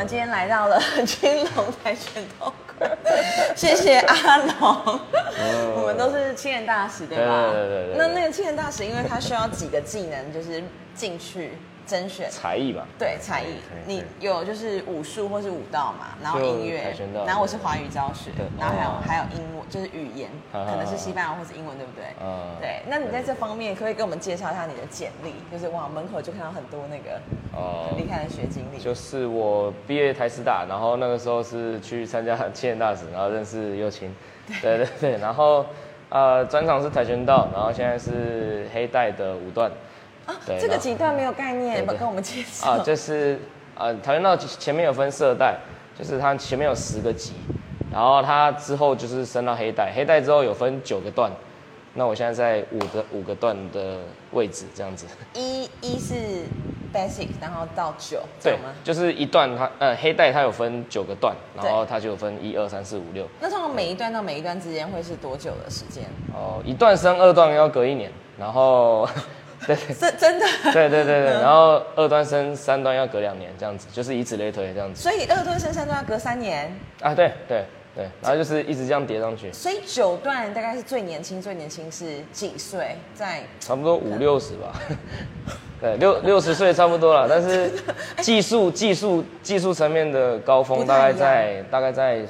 们今天来到了金龙跆拳道馆，谢谢阿龙。我们都是青年大使，对吧？ 对。 那个青年大使，因为他需要几个技能，就是进去甄选才艺嘛。 对，才艺。你有就是武术或是武道嘛，然后音乐，然后我是华语教学，然后还有英文，就是语言，可能是西班牙或是英文，对不对？对。那你在这方面可不可以跟我们介绍一下你的简历？就是哇，门口就看到很多那个很厉害的学经历。 就是我毕业台师大，然后那个时候是去参加青年大使，然后认识幼青。对，然后专长是跆拳道，然后现在是黑带的5段。 对，这个几段没有概念，跟我们介绍。 就是跆拳道前面有分色带，就是它前面有10个级，然后它之后就是升到黑带，黑带之后有分9个段，那我现在在5个段的位置这样子。一是 basic， 然后到9， 对，就是一段它黑带它有分9个段，然后它就有分1、2、3、4、5、6。 那通常每一段到每一段之间会是多久的时间？ 一段升2段要隔1年，然后。对， 真的。 对，然后2段升3段要隔2年，这样子，就是以此类推这样子。 所以2段升3段要隔3年啊？对，然后就是一直这样叠上去。 所以9段大概是最年轻是几岁？ 差不多50、60吧。对，60岁差不多了，但是技术层面的高峰大概在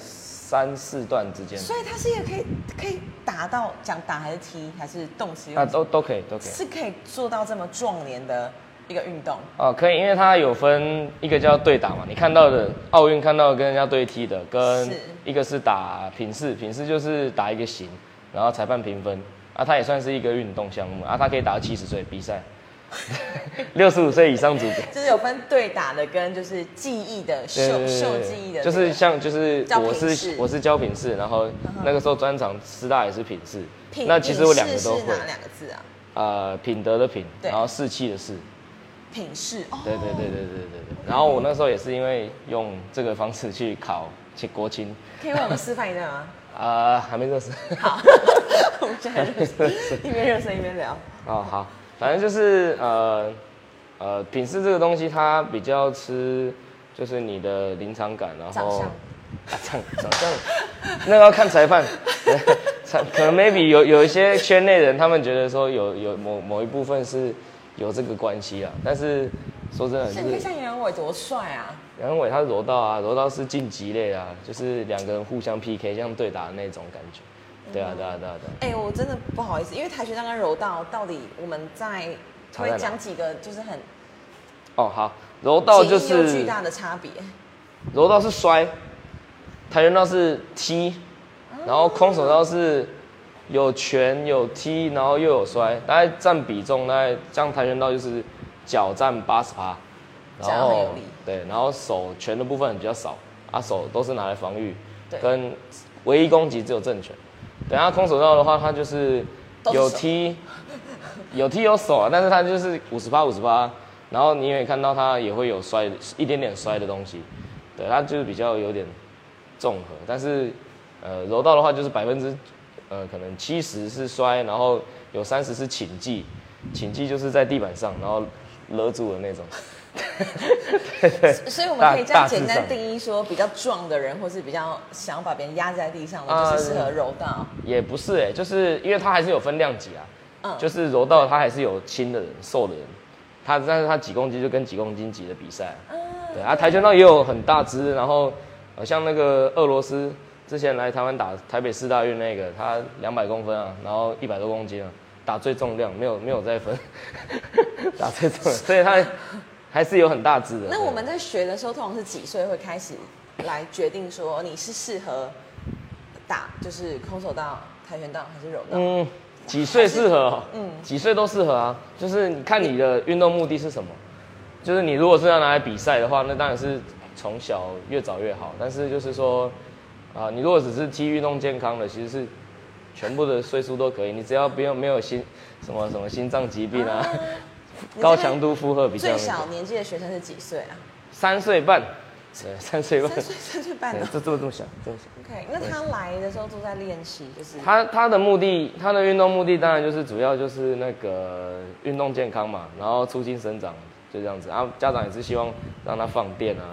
3、4段之间。 所以它是一个可以打到讲打还是踢还是动词用都可以， 是可以做到这么壮年的一个运动可以，因为它有分一个叫对打嘛，你看到的奥运看到的跟人家对踢的，跟一个是打品势就是打一个形，然后裁判评分它也算是一个运动项目它可以打到70岁比赛。65岁以上组别， 就是有分对打的跟就是技艺的秀技艺的， 就是我是教品势，然后那个时候专场师大也是品势，那其实我2个都会。 是哪2个字啊？ 品德的品，然后士气的士。 品势对。然后我那时候也是因为用这个方式去考国青。 可以为我们示范一下吗？ 还没热身。 好，我们现在热身，一边热身一边聊。 好。反正就是品势这个东西，它比较吃就是你的临场感，然后长相，那个要看裁判，可能 maybe 有一些圈内人，他们觉得说有某一部分是有这个关系啊，但是说真的， 你看像杨元伟多帅啊！ 杨元伟他是柔道柔道是晋级类就是2个人互相 PK 像对打的那种感觉。对啊。 我真的不好意思，因为跆拳道跟柔道到底我们会讲几个就是很好，柔道就是巨大的差别。 柔道是摔，跆拳道是踢，然后空手道是有拳有踢，然后又有摔，大概占比重大概像跆拳道就是脚占80%，然后对，然后手拳的部分比较少，手都是拿来防御，跟唯一攻击只有正拳。等下空手道的话，它就是有踢有手但是它就是50%，然后你也看到它也会有摔一点点摔的东西，对，它就是比较有点综合。但是柔道的话就是可能70%是摔，然后有30%是擒技就是在地板上然后勒住的那种。对， 所以我们可以这样简单定义说，比较壮的人，或是比较想要把别人压在地上的，就是适合柔道。也不是就是因为它还是有分量级就是柔道它还是有轻的人、瘦的人，但是它几公斤就跟几公斤级的比赛。对跆拳道也有很大只，然后像那个俄罗斯之前来台湾打台北市大运那个，他200公分然后100多公斤打最重量，没有再分，打最重量，所以他还是有很大只的。 那我们在学的时候，通常是几岁会开始来决定说你是适合打就是空手道、跆拳道还是柔道？ 几岁适合？几岁都适合就是你看你的运动目的是什么。就是你如果是要拿来比赛的话，那当然是从小越早越好。但是就是说你如果只是踢运动健康的，其实是全部的岁数都可以。你只要没有什么心脏疾病高强度负荷比较。 最小年纪的学生是几岁 3岁半。对，3岁半。 3岁半这么小。 OK， 那他来的时候都在练习，就是他的目的，他的运动目的当然就是主要就是那个运动健康嘛，然后促进生长，就这样子。家长也是希望让他放电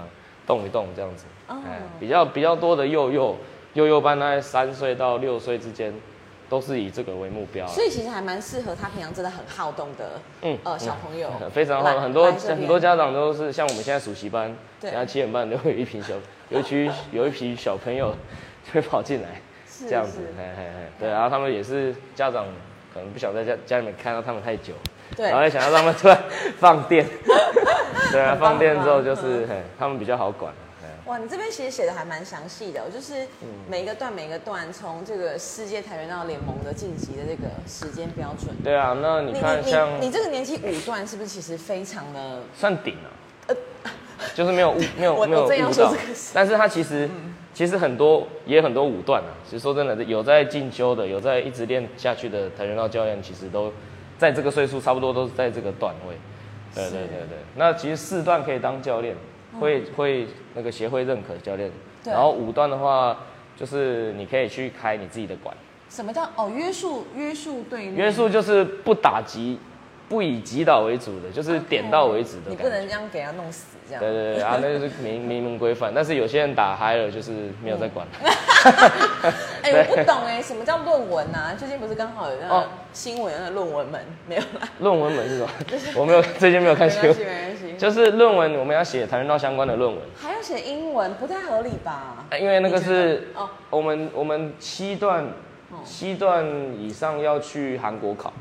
动一动这样子。比较多的幼幼班，大概3岁到6岁之间，都是以这个为目标。 所以其实还蛮适合他平常真的很好动的小朋友， 非常好。很多家长都是像我们现在暑期班，然后7点半都会有一批小朋友就会跑进来，这样子。对，然后他们也是家长可能不想在家里面看到他们太久，然后想要让他们突然放电。对啊，放电之后就是他们比较好管。 哇，你这边其实写的还蛮详细的，就是每一个段从这个世界跆拳道联盟的晋级的这个时间标准。 对啊，那你看像你这个年纪5段是不是其实非常的算顶了？就是没有误到，但是它其实很多5段啊。其实说真的，有在进修的，有在一直练下去的跆拳道教练，其实都在这个岁数差不多都是在这个段位。对。那其实4段可以当教练。会那个协会认可的教练，然后5段的话，就是你可以去开你自己的馆。 什么叫约束对面？ 约束就是不打击，不以击倒为主的，就是点到为止的。 你不能这样给他弄死这样。 对啊，那就是明文规范。但是有些人打嗨了，就是没有在管。 我不懂什么叫论文啊？最近不是刚好有那个新闻的论文门没有啦？ 论文门是什么？我没有，最近没有看新闻。没关系。就是论文，我们要写跆拳道相关的论文。 还要写英文，不太合理吧？ 因为那个是我们7段以上要去韩国考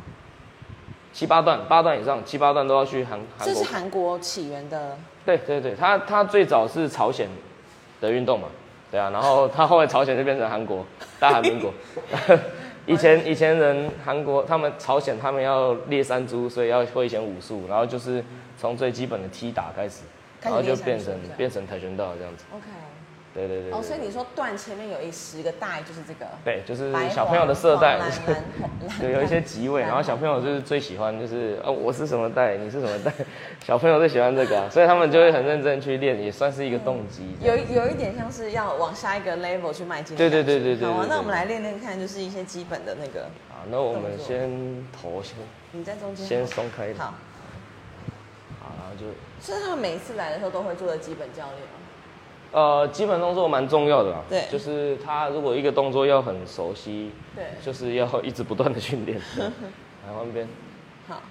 ，7、8段，8段以上，7、8段都要去韩国。 这是韩国起源的。对， 它最早是朝鲜的运动嘛，对啊，然后它后来朝鲜就变成韩国，大韩民国。以前人韩国朝鲜他们要列3珠，所以要会一些武术，然后就是从最基本的踢打开始，然后就变成跆拳道这样子。 OK。 对。 所以你说段前面有10个带就是这个。对， 就是小朋友的色带，有一些级位，然后小朋友就是最喜欢就是我是什么带，你是什么带，小朋友最喜欢这个所以他们就会很认真去练，也算是一个动机。 有一点像是要往下一个 level 去迈进。对。好，那我们来练看，就是一些基本的那个。 好，那我们先头先。 你在中间。 先松开一点。 好， 然后就。 是他们每一次来的时候都会做的基本教练吗？ 基本动作蛮重要的啦。 对。 就是他如果一个动作要很熟悉， 对， 就是要一直不断的训练。来换边。 好。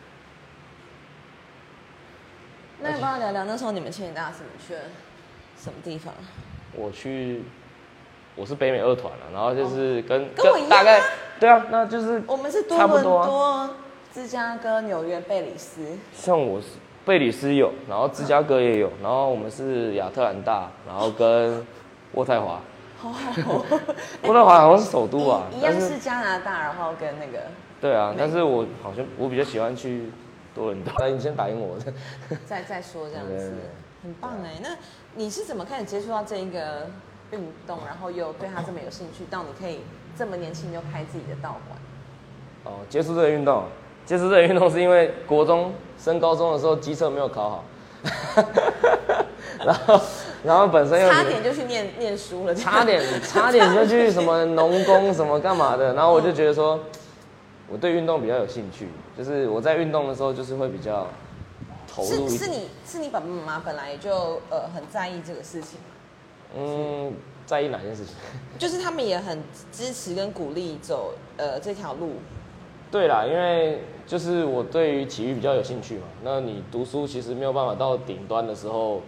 那要不要聊聊那时候你们千里大师去了什么地方？我是北美2团了，然后就是跟我一样大概对啊，那就是我们是多伦多、芝加哥、纽约、贝里斯。 像我是。贝里斯有，然后芝加哥也有，然后我们是亚特兰大，然后跟渥太华。渥太华好像是首都啊， 一样是加拿大，然后跟那个。 对啊，但是我比较喜欢去多伦多。那你先打赢我。 再说这样子，很棒那你是怎么开始接触到这一个运动，然后又对它这么有兴趣，到你可以这么年轻就开自己的道馆？ 接触这个运动是因为国中升高中的时候基测没有考好，然后本身又差点就去念书了， 差点就去什么农工什么干嘛的，然后我就觉得说，我对运动比较有兴趣，就是我在运动的时候就是会比较投入一点。 是你爸爸妈妈本来就很在意这个事情吗？ 在意哪件事情？ 就是他们也很支持跟鼓励走这条路。 对啦，因为就是我对于体育比较有兴趣嘛。那你读书其实没有办法到顶端的时候，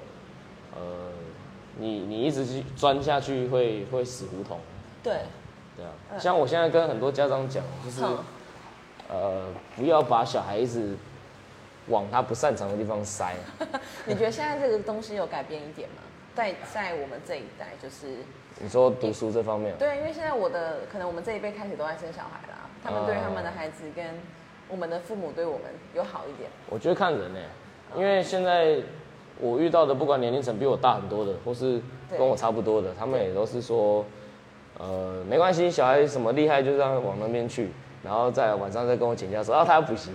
你一直去钻下去会死胡同。 对。 对啊，像我现在跟很多家长讲，就是不要把小孩子往他不擅长的地方塞。 你觉得现在这个东西有改变一点吗？在我们这一代，就是你说读书这方面。 对，因为现在可能我们这一辈开始都在生小孩啦。他们对他们的孩子跟我们的父母对我们有好一点。 我觉得看人因为现在我遇到的不管年龄层比我大很多的，或是跟我差不多的，他们也都是说，没关系，小孩什么厉害就让往那边去，然后在晚上再跟我请假说他要补习，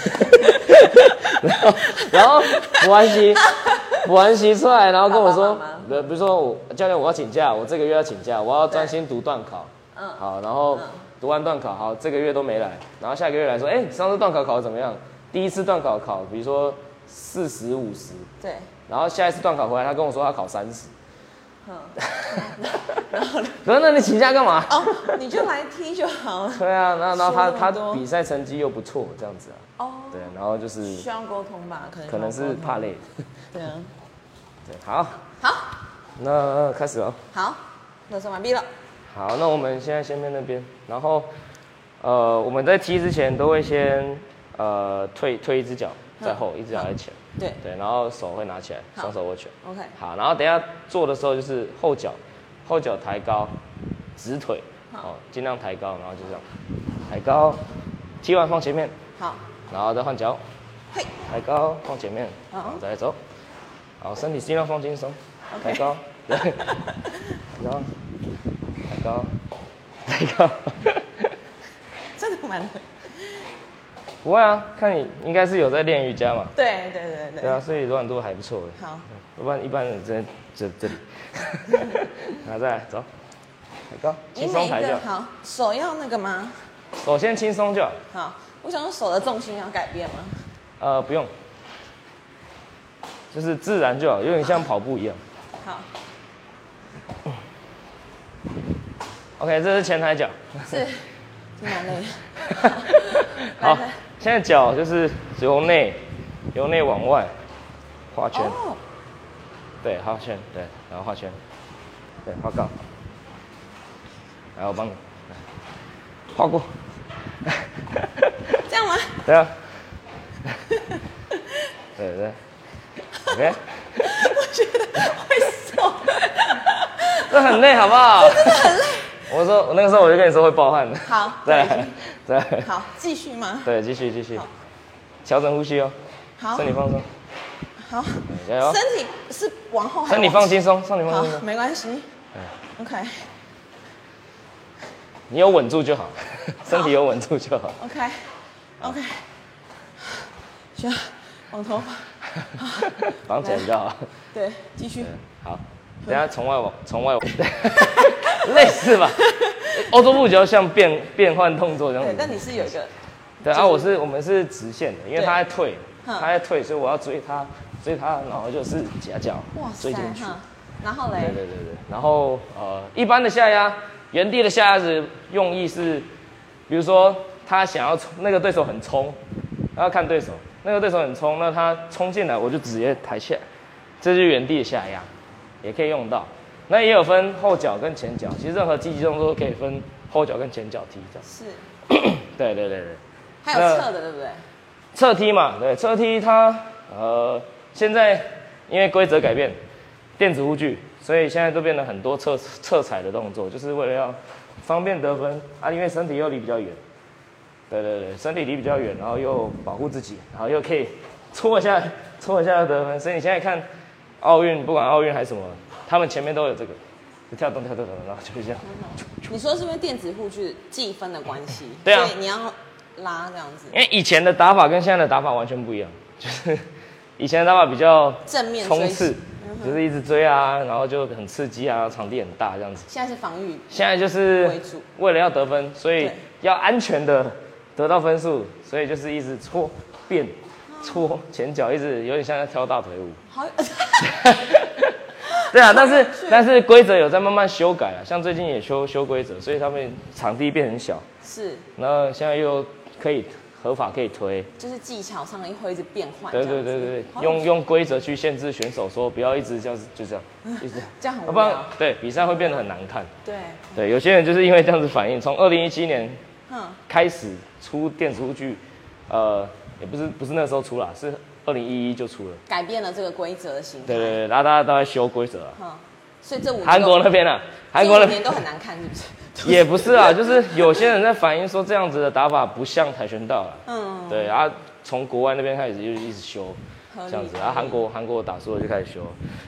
然后补完习出来，然后跟我说，比如说教练我要请假，我这个月要请假，我要专心读段考，好，然后。读完段考好，这个月都没来，然后下个月来说，上次段考考得怎么样？第一次段考考，比如说40、50， 对， 然后下一次段考回来，他跟我说他考30。然后，那你请假干嘛？ 哦，你就来踢就好了。 对啊，然后他比赛成绩又不错，这样子啊。哦。对，然后就是需要沟通吧， 可能是怕累。 对啊。 对，好。 好。 那开始了。 好，热身完毕了。 好，那我们现在先面那边，然后我们在踢之前都会先退一只脚在后，一只脚在前。 对， 然后手会拿起来，双手握拳。 OK。 好，然后等一下做的时候就是后脚抬高，直腿，尽量抬高，然后就这样抬高，踢完放前面。 好。然后再换脚，抬高放前面，然后再走。好，身体尽量放轻松，抬高，对，然后抬高，抬高。 真的蛮累。 不会啊，看你应该是有在练瑜伽嘛。 对。 对啊，所以柔软度还不错的。 好。 要不然一般人在这里。然后再来走，抬高，轻松抬就好。手要那个吗？ 手先轻松就好。 好，我想说手的重心要改变吗？ 不用，就是自然就好，有点像跑步一样。 好。 OK， 这是前抬脚。 是，蛮累。 好，现在脚就是由内往外画圈。哦。对，画圈，对，然后画圈，对，画杠。来，我帮你，画过。 这样吗？ 对啊。对。OK。 我觉得会瘦。 这很累，好不好？ 真的很累。 我那个时候我就跟你说会爆汗的。 好。 对。 好，继续吗？ 对，继续。调整呼吸哦。 好。 身体放松。 好。 加油。 身体是往后还是？ 身体放轻松，身体放轻松。 没关系。OK。 你有稳住就好，身体有稳住就好。 OK。行，往头发。 绑起来比较好。 对，继续。 好，等下从外往，类似吧？欧洲步脚像变换动作这样子。 对，但你是有一个。 对啊，我们是直线的，因为他在退，所以我要追他，然后就是夹脚追进去。 然后嘞？ 对。然后一般的下压，原地的下压子用意是，比如说他想要那个对手很冲，要看对手，那个对手很冲，那他冲进来我就直接抬起来，这就是原地的下压，也可以用到。那也有分后脚跟前脚，其实任何积极动作都可以分后脚跟前脚踢这样。 是。 对。 还有侧的，对不对？ 侧踢嘛，对，侧踢它现在因为规则改变，电子护具，所以现在都变得很多侧踩的动作，就是为了要方便得分啊，因为身体又离比较远。对，身体离比较远，然后又保护自己，然后又可以搓一下得分。所以你现在看奥运，不管奥运还是什么，他们前面都有这个，就跳动，然后就是这样。 你说是因为电子护具计分的关系？ 对啊。 所以你要拉这样子。 因为以前的打法跟现在的打法完全不一样，就是以前的打法比较正面冲刺，就是一直追啊，然后就很刺激啊，场地很大这样子。 现在是防御。 现在就是为了要得分，所以要安全的得到分数，所以就是一直搓前脚，一直有点像在跳大腿舞。好。对啊，但是规则有在慢慢修改啊，像最近也修规则，所以他们场地变很小。 是。 然后现在又可以合法可以推， 就是技巧上会一直变换。 对，用规则去限制选手，说不要一直就这样，一直这样很无聊。 对，比赛会变得很难看。 对， 有些人就是因为这样子反应，从2017年开始出电子护具，也不是那时候出啦，是2011就出了， 改变了这个规则的形态。 对，然后大家都在修规则啊。 所以这5年韩国那边啊，韩国那边都很难看，是不是？ 也不是啊，就是有些人在反映说这样子的打法不像跆拳道啦。对，然后从国外那边开始就一直修这样子，然后韩国打输了就开始修。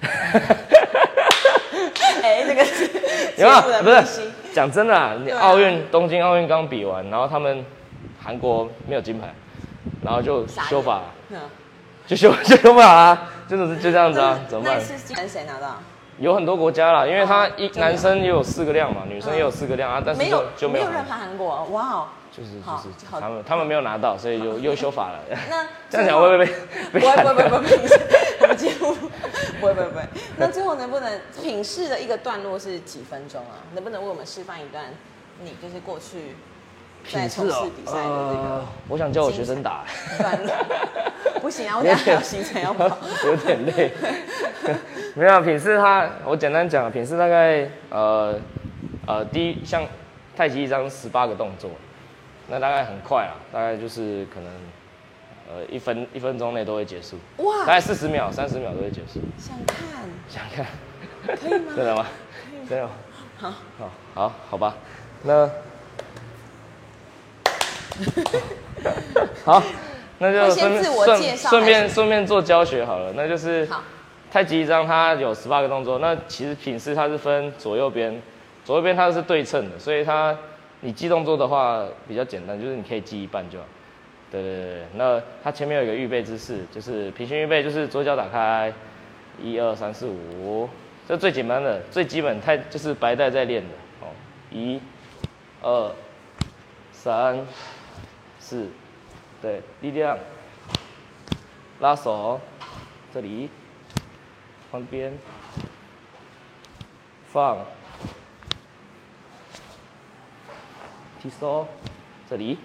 这个是有啊，不是讲真的啊，东京奥运刚比完，然后他们韩国没有金牌，然后就修法，就修法啊，就这样子啊，怎么办？ 那是金牌谁拿到？ 有很多国家啦，因为他男生也有4个量嘛，女生也有4个量啊，但是就没有任何韩国，哇哦， 就是他们没有拿到，所以又修法了。那这样讲会不会被？ 不会，我个节目，不会。那最后能不能品试的一个段落是几分钟啊？能不能为我们示范一段你就是过去在从事比赛的这个？ 我想叫我学生打。 段落不行啊，我等下还有行程要跑， 有点累。没有品试我简单讲，品试大概第一像太极一张18个动作，那大概很快啊，大概就是可能1分钟内都会结束。哇！大概40秒、30秒都会结束。 想看？可以吗？ 真的吗？真的吗？好吧，那好，那就顺便做教学好了。那就是太极一张它有18个动作，那其实品试它是分左右边它是对称的，所以你记动作的话比较简单，就是你可以记一半就好。对，那它前面有一个预备姿势，就是平行预备，就是左脚打开，1、2、3、4、5，这最简单的、最基本，就是白带在练的哦。1、2、3、4，对，力量，拉手，这里，换边，放，提收，这里。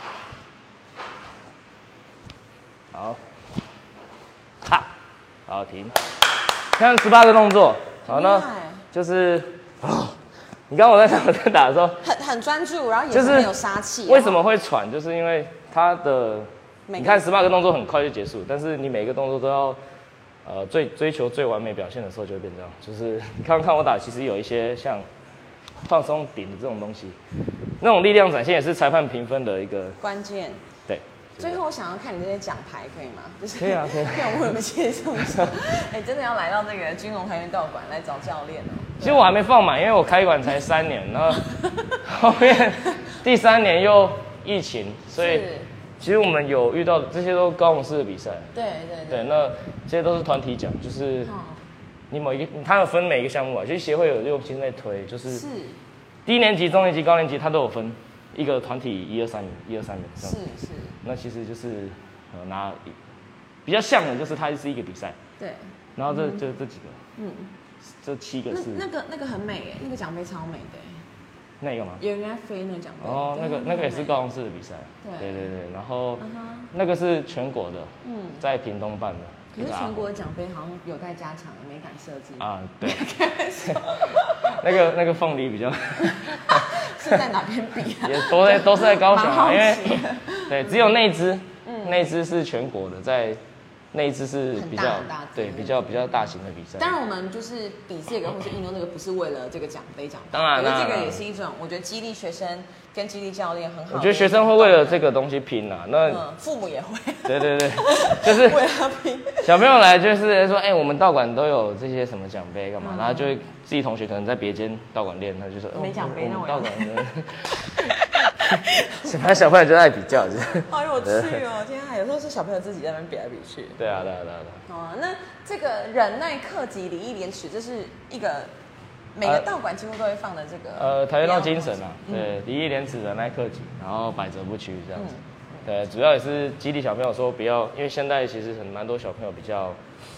好，好停。看18个动作，好呢，就是你刚刚我在打的时候， 很专注，然后也是很有杀气。 为什么会喘？就是因为你看18个动作很快就结束，但是你每个动作都要追求最完美表现的时候就会变这样。就是你看我打，其实有一些像放松顶的这种东西，那种力量展现也是裁判评分的一个关键。 对。 最后我想要看你这些奖牌，可以吗？ 可以啊。 可以我们介绍一下。真的要来到这个金龙跆拳道馆来找教练哦。 其实我还没放满，因为我开馆才3年，然后后面第3年又疫情，所以其实我们有遇到的这些都高雄市的比赛。对，那这些都是团体奖，就是他有分每一个项目啊，就是协会有用心在推，就是低年级、中年级、高年级，他都有分。一个团体1、2、3名这样。是。那其实就是拿比较像的，就是它是一个比赛。对。然后这几个，这7个是。 那个很美耶，那个奖杯超美的。 那个吗？ 有人在飞那个奖杯。 哦，那个也是高雄市的比赛。对。然后那个是全国的，在屏东办的。 可是全国的奖杯好像有待加强，美感设计啊， 对。那个凤梨比较是在哪边比啊？ 也都是在高雄啊，因为对，只有那一支是全国的，在那一支是比较比较大型的比赛。 当然，我们就是比这个或是运动这个，不是为了这个奖杯奖牌。 当然， 这个也是一种，我觉得激励学生跟激励教练很好。 我觉得学生会为了这个东西拼啊，那父母也会。 对，就是为了拼。 小朋友来就是说，我们道馆都有这些什么奖杯干嘛？然后就会自己同学可能在别间道馆练，他就说没奖杯，那我道馆反正小朋友就爱比较， 好有趣哦！天啊，有时候是小朋友自己在那边比来比去。 对啊。 那这个忍耐、克己、礼义廉耻，这是一个每个道馆几乎都会放的这个。 跆拳道精神啊，对，礼义廉耻、忍耐、克己，然后百折不屈这样子。对，主要也是激励小朋友说不要，因为现在其实蛮多小朋友比较，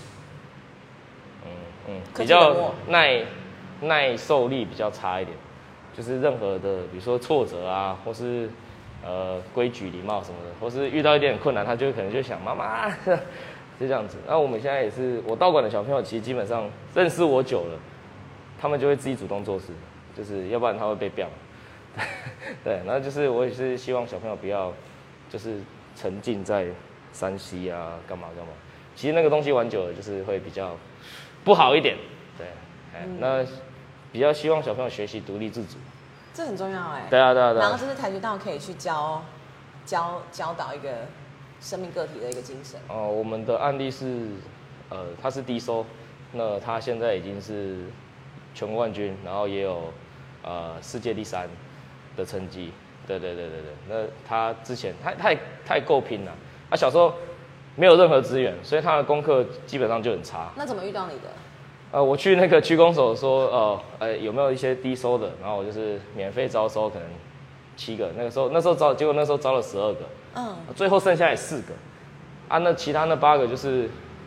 比较耐受力比较差一点。就是任何的，比如说挫折啊，或是规矩、礼貌什么的，或是遇到一点困难，他就可能就想妈妈，就这样子。那我们现在也是，我道馆的小朋友其实基本上认识我久了，他们就会自己主动做事，就是要不然他会被彪。对，然后就是我也是希望小朋友不要就是沉浸在3C啊干嘛。其实那个东西玩久了就是会比较不好一点。对，那。比较希望小朋友学习独立自主， 这很重要哎。 对啊。 然后这是跆拳道可以去教导一个生命个体的一个精神。 我们的案例是，他是低收，那他现在已经是全国冠军，然后也有世界第3的成绩。对。那他之前太够拼了，他小时候没有任何资源，所以他的功课基本上就很差。 那怎么遇到你的？ 我去那个区公所说，有没有一些低收的？然后我就是免费招收，可能7个。那时候招，结果那时候招了12个，最后剩下来4个，那其他那8个就是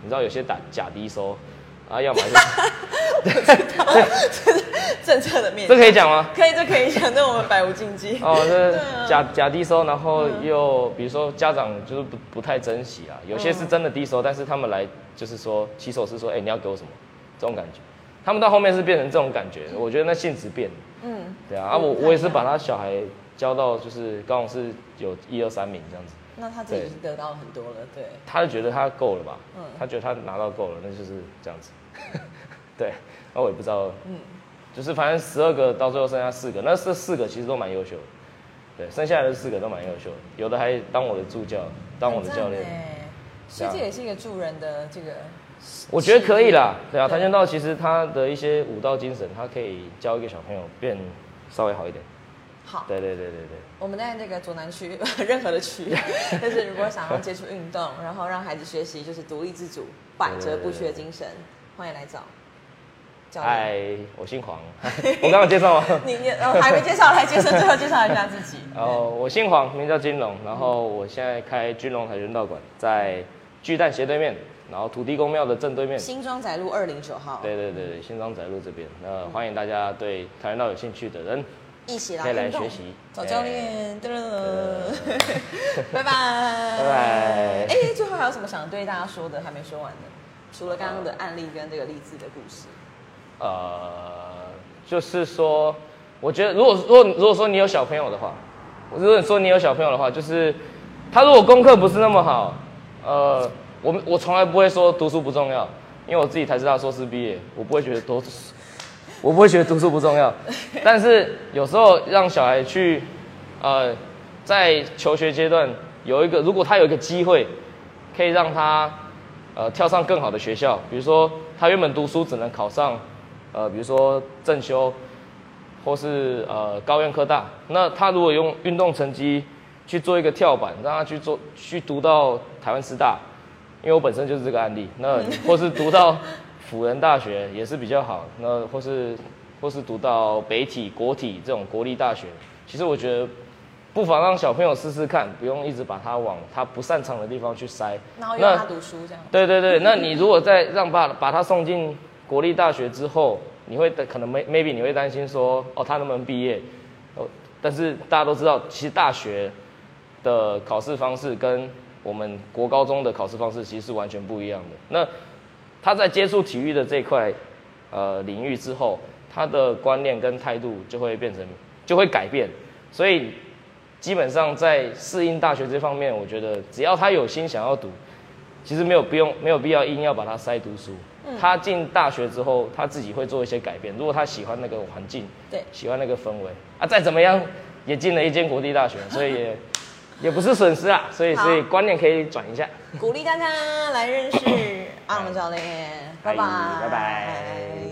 你知道有些打假低收，啊，要么就我知道，这是政策的面。 这可以讲吗？ 可以，这可以讲，那我们百无禁忌。 哦，这假低收，然后又比如说家长就是不太珍惜啊，有些是真的低收，但是他们来就是说起手是说，你要给我什么这种感觉，他们到后面是变成这种感觉，我觉得那性质变了。对啊，我也是把他小孩教到就是刚好是有1、2、3名这样子。 那他自己是得到很多了，对。 他就觉得他够了吧？他觉得他拿到够了，那就是这样子。对，那我也不知道，就是反正12个到最后剩下4个，那这4个其实都蛮优秀的，对，剩下来的4个都蛮优秀的，有的还当我的助教，当我的教练。 所以这也是一个助人的这个。 我觉得可以啦，对啊，跆拳道其实他的一些武道精神，他可以教一个小朋友变稍微好一点。 好， 对。 我们在这个左南区，任何的区，就是如果想要接触运动，然后让孩子学习就是独立自主、百折不屈的精神，欢迎来找教练。 嗨，我姓黄，我刚刚介绍吗？ 你还没介绍，来最后介绍一下自己。 我姓黄，名叫金龙，然后我现在开军龙跆拳道馆，在巨蛋斜对面，然后土地公庙的正对面， 新庄仔路209号。 对，新庄仔路这边，那欢迎大家对跆拳道有兴趣的人。 一起来学习， 找教练，拜拜， 拜拜。 最后还有什么想对大家说的，还没说完的？除了刚刚的案例跟这个励志的故事， 就是说，我觉得如果说你有小朋友的话，就是他如果功课不是那么好，我从来不会说读书不重要，因为我自己台师大硕士毕业，我不会觉得读书不重要，但是有时候让小孩去，在求学阶段如果他有一个机会，可以让他跳上更好的学校，比如说他原本读书只能考上，比如说正修，或是高苑科大，那他如果用运动成绩去做一个跳板，让他去读到台湾师大，因为我本身就是这个案例，那或是读到辅仁大学也是比较好，那或是读到北体、国体这种国立大学，其实我觉得不妨让小朋友试试看，不用一直把他往他不擅长的地方去塞， 然后让他读书这样。 对，那你如果再把他送进国立大学之后，你会可能 maybe 你会担心说，他能不能毕业？但是大家都知道，其实大学的考试方式跟我们国高中的考试方式其实是完全不一样的。那他在接触体育的这块领域之后，他的观念跟态度就会改变，所以基本上在适应大学这方面，我觉得只要他有心想要读，其实没有必要硬要把他塞读书。他进大学之后，他自己会做一些改变。如果他喜欢那个环境， 对， 喜欢那个氛围再怎么样也进了一间国立大学，所以也不是损失啊。所以观念可以转一下， 鼓励大家来认识阿龙教练。拜拜。